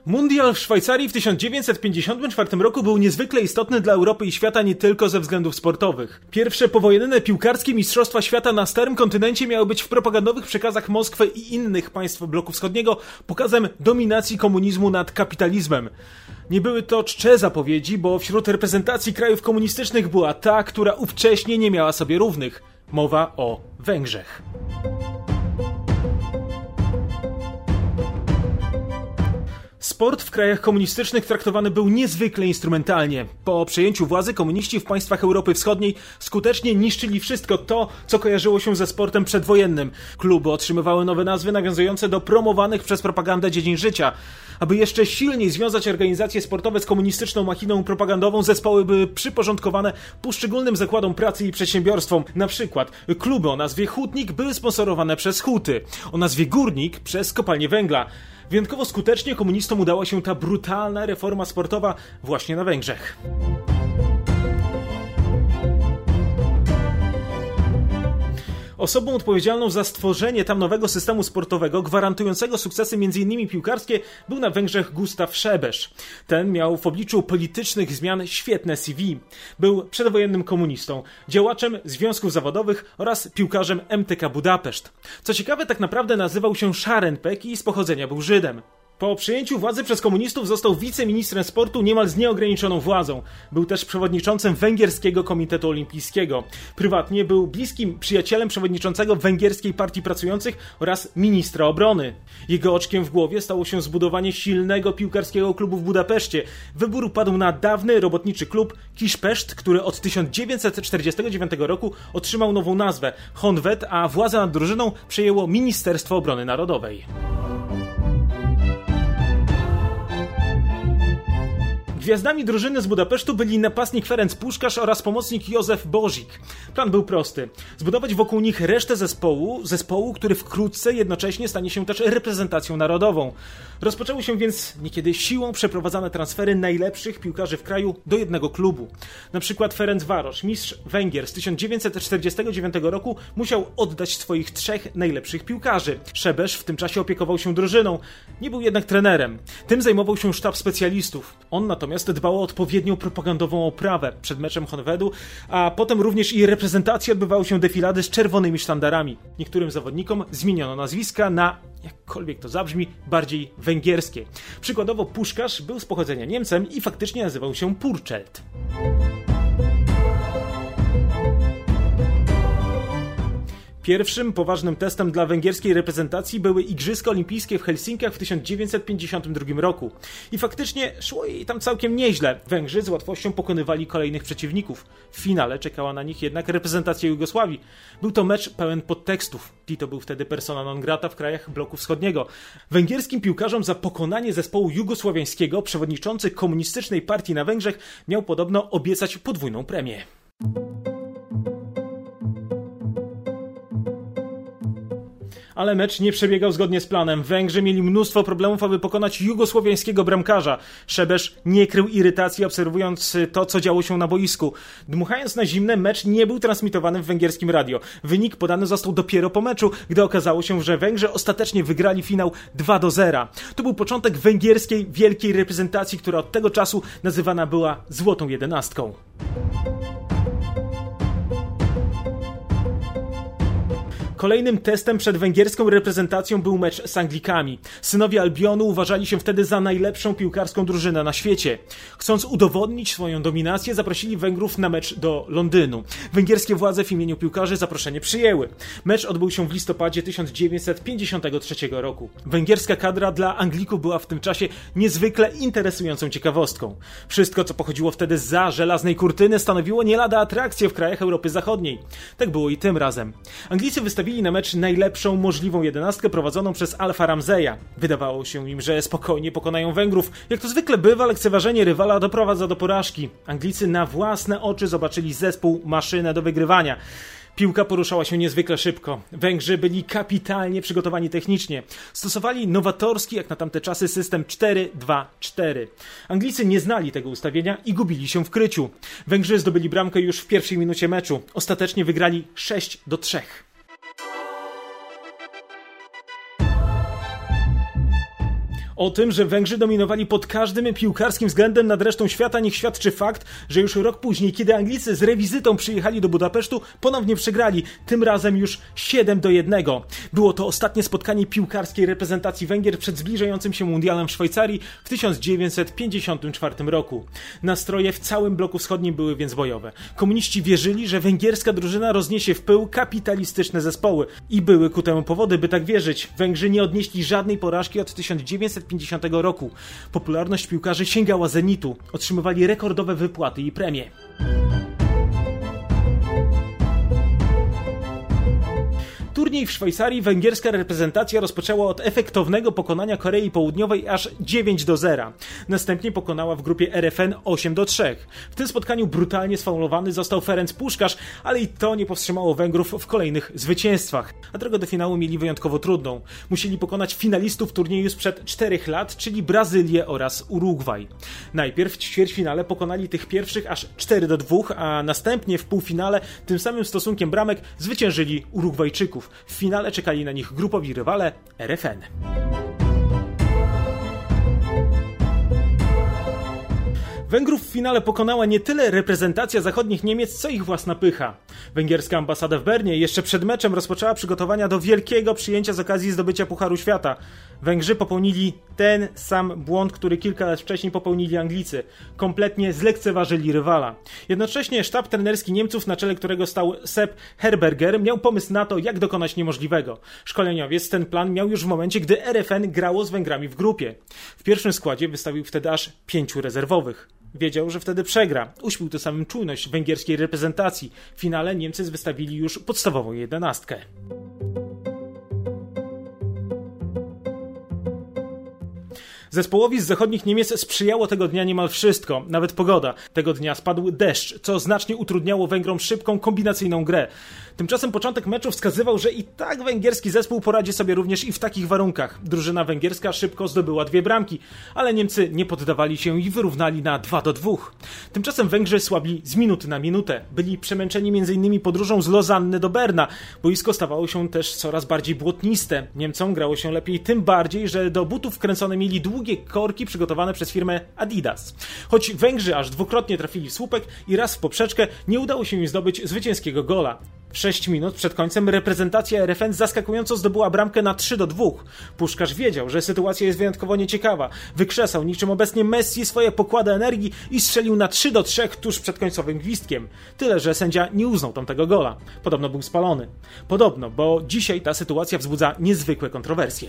Mundial w Szwajcarii w 1954 roku był niezwykle istotny dla Europy i świata nie tylko ze względów sportowych. Pierwsze powojenne piłkarskie mistrzostwa świata na starym kontynencie miały być w propagandowych przekazach Moskwy i innych państw bloku wschodniego pokazem dominacji komunizmu nad kapitalizmem. Nie były to czcze zapowiedzi, bo wśród reprezentacji krajów komunistycznych była ta, która ówcześnie nie miała sobie równych. Mowa o Węgrzech. Sport w krajach komunistycznych traktowany był niezwykle instrumentalnie. Po przejęciu władzy komuniści w państwach Europy Wschodniej skutecznie niszczyli wszystko to, co kojarzyło się ze sportem przedwojennym. Kluby otrzymywały nowe nazwy nawiązujące do promowanych przez propagandę dziedzin życia. Aby jeszcze silniej związać organizacje sportowe z komunistyczną machiną propagandową, zespoły były przyporządkowane poszczególnym zakładom pracy i przedsiębiorstwom. Na przykład kluby o nazwie Hutnik były sponsorowane przez Huty, o nazwie Górnik przez kopalnie węgla. Wyjątkowo skutecznie komunistom udała się ta brutalna reforma sportowa właśnie na Węgrzech. Osobą odpowiedzialną za stworzenie tam nowego systemu sportowego, gwarantującego sukcesy m.in. piłkarskie, był na Węgrzech Gustav Sebes. Ten miał w obliczu politycznych zmian świetne CV. Był przedwojennym komunistą, działaczem związków zawodowych oraz piłkarzem MTK Budapeszt. Co ciekawe, tak naprawdę nazywał się Szarenpek i z pochodzenia był Żydem. Po przejęciu władzy przez komunistów został wiceministrem sportu niemal z nieograniczoną władzą. Był też przewodniczącym Węgierskiego Komitetu Olimpijskiego. Prywatnie był bliskim przyjacielem przewodniczącego Węgierskiej Partii Pracujących oraz ministra obrony. Jego oczkiem w głowie stało się zbudowanie silnego piłkarskiego klubu w Budapeszcie. Wybór padł na dawny robotniczy klub Kispest, który od 1949 roku otrzymał nową nazwę Honvéd, a władzę nad drużyną przejęło Ministerstwo Obrony Narodowej. Gwiazdami drużyny z Budapesztu byli napastnik Ferenc Puskás oraz pomocnik Józef Bozik. Plan był prosty. Zbudować wokół nich resztę zespołu, który wkrótce jednocześnie stanie się też reprezentacją narodową. Rozpoczęły się więc niekiedy siłą przeprowadzane transfery najlepszych piłkarzy w kraju do jednego klubu. Na przykład Ferencváros, mistrz Węgier z 1949 roku, musiał oddać swoich 3 najlepszych piłkarzy. Sebes w tym czasie opiekował się drużyną. Nie był jednak trenerem. Tym zajmował się sztab specjalistów. On natomiast dbał o odpowiednią propagandową oprawę przed meczem Honvédu, a potem również i reprezentacji odbywały się defilady z czerwonymi sztandarami. Niektórym zawodnikom zmieniono nazwiska na, jakkolwiek to zabrzmi, bardziej węgierskie. Przykładowo Puskás był z pochodzenia Niemcem i faktycznie nazywał się Purcell. Pierwszym poważnym testem dla węgierskiej reprezentacji były Igrzyska Olimpijskie w Helsinkach w 1952 roku. I faktycznie szło jej tam całkiem nieźle. Węgrzy z łatwością pokonywali kolejnych przeciwników. W finale czekała na nich jednak reprezentacja Jugosławii. Był to mecz pełen podtekstów. Tito był wtedy persona non grata w krajach bloku wschodniego. Węgierskim piłkarzom za pokonanie zespołu jugosłowiańskiego przewodniczący komunistycznej partii na Węgrzech miał podobno obiecać podwójną premię. Ale mecz nie przebiegał zgodnie z planem. Węgrzy mieli mnóstwo problemów, aby pokonać jugosłowiańskiego bramkarza. Sebes nie krył irytacji, obserwując to, co działo się na boisku. Dmuchając na zimne, mecz nie był transmitowany w węgierskim radio. Wynik podany został dopiero po meczu, gdy okazało się, że Węgrzy ostatecznie wygrali finał 2-0. To był początek węgierskiej wielkiej reprezentacji, która od tego czasu nazywana była Złotą Jedenastką. Kolejnym testem przed węgierską reprezentacją był mecz z Anglikami. Synowie Albionu uważali się wtedy za najlepszą piłkarską drużynę na świecie. Chcąc udowodnić swoją dominację, zaprosili Węgrów na mecz do Londynu. Węgierskie władze w imieniu piłkarzy zaproszenie przyjęły. Mecz odbył się w listopadzie 1953 roku. Węgierska kadra dla Anglików była w tym czasie niezwykle interesującą ciekawostką. Wszystko, co pochodziło wtedy zza żelaznej kurtyny, stanowiło nie lada atrakcję w krajach Europy Zachodniej. Tak było i tym razem. Anglicy wystawili na mecz najlepszą możliwą jedenastkę prowadzoną przez Alfa Ramseya. Wydawało się im, że spokojnie pokonają Węgrów. Jak to zwykle bywa, lekceważenie rywala doprowadza do porażki. Anglicy na własne oczy zobaczyli zespół, maszynę do wygrywania. Piłka poruszała się niezwykle szybko. Węgrzy byli kapitalnie przygotowani technicznie. Stosowali nowatorski, jak na tamte czasy, system 4-2-4. Anglicy nie znali tego ustawienia i gubili się w kryciu. Węgrzy zdobyli bramkę już w pierwszej minucie meczu. Ostatecznie wygrali 6-3. O tym, że Węgrzy dominowali pod każdym piłkarskim względem nad resztą świata, niech świadczy fakt, że już rok później, kiedy Anglicy z rewizytą przyjechali do Budapesztu, ponownie przegrali, tym razem już 7-1. Było to ostatnie spotkanie piłkarskiej reprezentacji Węgier przed zbliżającym się mundialem w Szwajcarii w 1954 roku. Nastroje w całym bloku wschodnim były więc bojowe. Komuniści wierzyli, że węgierska drużyna rozniesie w pył kapitalistyczne zespoły i były ku temu powody, by tak wierzyć. Węgrzy nie odnieśli żadnej porażki od 1950 roku. Popularność piłkarzy sięgała zenitu. Otrzymywali rekordowe wypłaty i premie. Turniej w Szwajcarii węgierska reprezentacja rozpoczęła od efektownego pokonania Korei Południowej aż 9-0. Następnie pokonała w grupie RFN 8-3. W tym spotkaniu brutalnie sfaulowany został Ferenc Puskás, ale i to nie powstrzymało Węgrów w kolejnych zwycięstwach. A drogę do finału mieli wyjątkowo trudną. Musieli pokonać finalistów turnieju sprzed 4 lat, czyli Brazylię oraz Urugwaj. Najpierw w ćwierćfinale pokonali tych pierwszych aż 4-2, a następnie w półfinale tym samym stosunkiem bramek zwyciężyli Urugwajczyków. W finale czekali na nich grupowi rywale RFN. Węgrów w finale pokonała nie tyle reprezentacja zachodnich Niemiec, co ich własna pycha. Węgierska ambasada w Bernie jeszcze przed meczem rozpoczęła przygotowania do wielkiego przyjęcia z okazji zdobycia Pucharu Świata. Węgrzy popełnili ten sam błąd, który kilka lat wcześniej popełnili Anglicy. Kompletnie zlekceważyli rywala. Jednocześnie sztab trenerski Niemców, na czele którego stał Sepp Herberger, miał pomysł na to, jak dokonać niemożliwego. Szkoleniowiec ten plan miał już w momencie, gdy RFN grało z Węgrami w grupie. W pierwszym składzie wystawił wtedy aż 5 rezerwowych. Wiedział, że wtedy przegra. Uśpił tym samym czujność węgierskiej reprezentacji. W finale Niemcy wystawili już podstawową 11. Zespołowi z zachodnich Niemiec sprzyjało tego dnia niemal wszystko, nawet pogoda. Tego dnia spadł deszcz, co znacznie utrudniało Węgrom szybką, kombinacyjną grę. Tymczasem początek meczu wskazywał, że i tak węgierski zespół poradzi sobie również i w takich warunkach. Drużyna węgierska szybko zdobyła 2 bramki, ale Niemcy nie poddawali się i wyrównali na 2-2. Tymczasem Węgrzy słabli z minuty na minutę. Byli przemęczeni m.in. podróżą z Lozanny do Berna. Boisko stawało się też coraz bardziej błotniste. Niemcom grało się lepiej tym bardziej, że do butów wkręcone mieli długie korki przygotowane przez firmę Adidas. Choć Węgrzy aż dwukrotnie trafili w słupek i raz w poprzeczkę, nie udało się im zdobyć zwycięskiego gola. W 6 minut przed końcem reprezentacja RFN zaskakująco zdobyła bramkę na 3-2. Puskás wiedział, że sytuacja jest wyjątkowo nieciekawa. Wykrzesał niczym obecnie Messi swoje pokłady energii i strzelił na 3-3 tuż przed końcowym gwizdkiem. Tyle, że sędzia nie uznał tamtego gola. Podobno był spalony. Podobno, bo dzisiaj ta sytuacja wzbudza niezwykłe kontrowersje.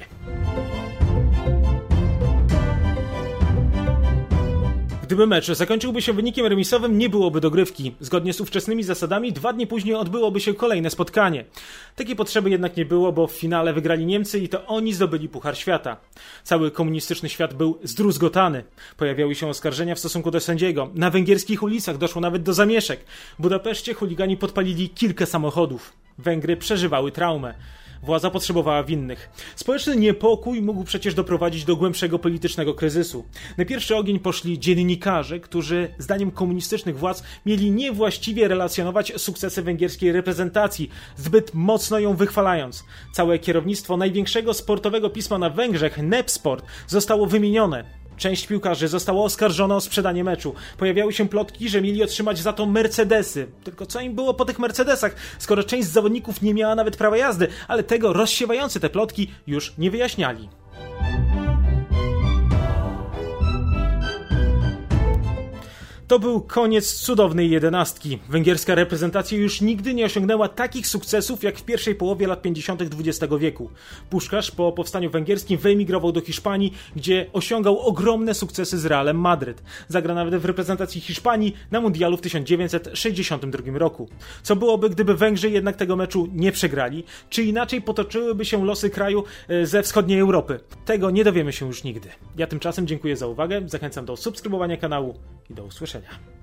Gdyby mecz zakończyłby się wynikiem remisowym, nie byłoby dogrywki. Zgodnie z ówczesnymi zasadami 2 dni później odbyłoby się kolejne spotkanie. Takiej potrzeby jednak nie było, bo w finale wygrali Niemcy i to oni zdobyli Puchar Świata. Cały komunistyczny świat był zdruzgotany. Pojawiały się oskarżenia w stosunku do sędziego. Na węgierskich ulicach doszło nawet do zamieszek. W Budapeszcie chuligani podpalili kilka samochodów. Węgry przeżywały traumę. Władza potrzebowała winnych. Społeczny niepokój mógł przecież doprowadzić do głębszego politycznego kryzysu. Na pierwszy ogień poszli dziennikarze, którzy zdaniem komunistycznych władz mieli niewłaściwie relacjonować sukcesy węgierskiej reprezentacji, zbyt mocno ją wychwalając. Całe kierownictwo największego sportowego pisma na Węgrzech, Népsport, zostało wymienione. Część piłkarzy została oskarżona o sprzedanie meczu. Pojawiały się plotki, że mieli otrzymać za to Mercedesy. Tylko co im było po tych Mercedesach, skoro część z zawodników nie miała nawet prawa jazdy, ale tego rozsiewający te plotki już nie wyjaśniali. To był koniec cudownej 11. Węgierska reprezentacja już nigdy nie osiągnęła takich sukcesów jak w pierwszej połowie lat 50. XX wieku. Puskás po powstaniu węgierskim wyemigrował do Hiszpanii, gdzie osiągał ogromne sukcesy z Realem Madryt. Zagra nawet w reprezentacji Hiszpanii na mundialu w 1962 roku. Co byłoby, gdyby Węgrzy jednak tego meczu nie przegrali? Czy inaczej potoczyłyby się losy kraju ze wschodniej Europy? Tego nie dowiemy się już nigdy. Ja tymczasem dziękuję za uwagę, zachęcam do subskrybowania kanału i do usłyszenia.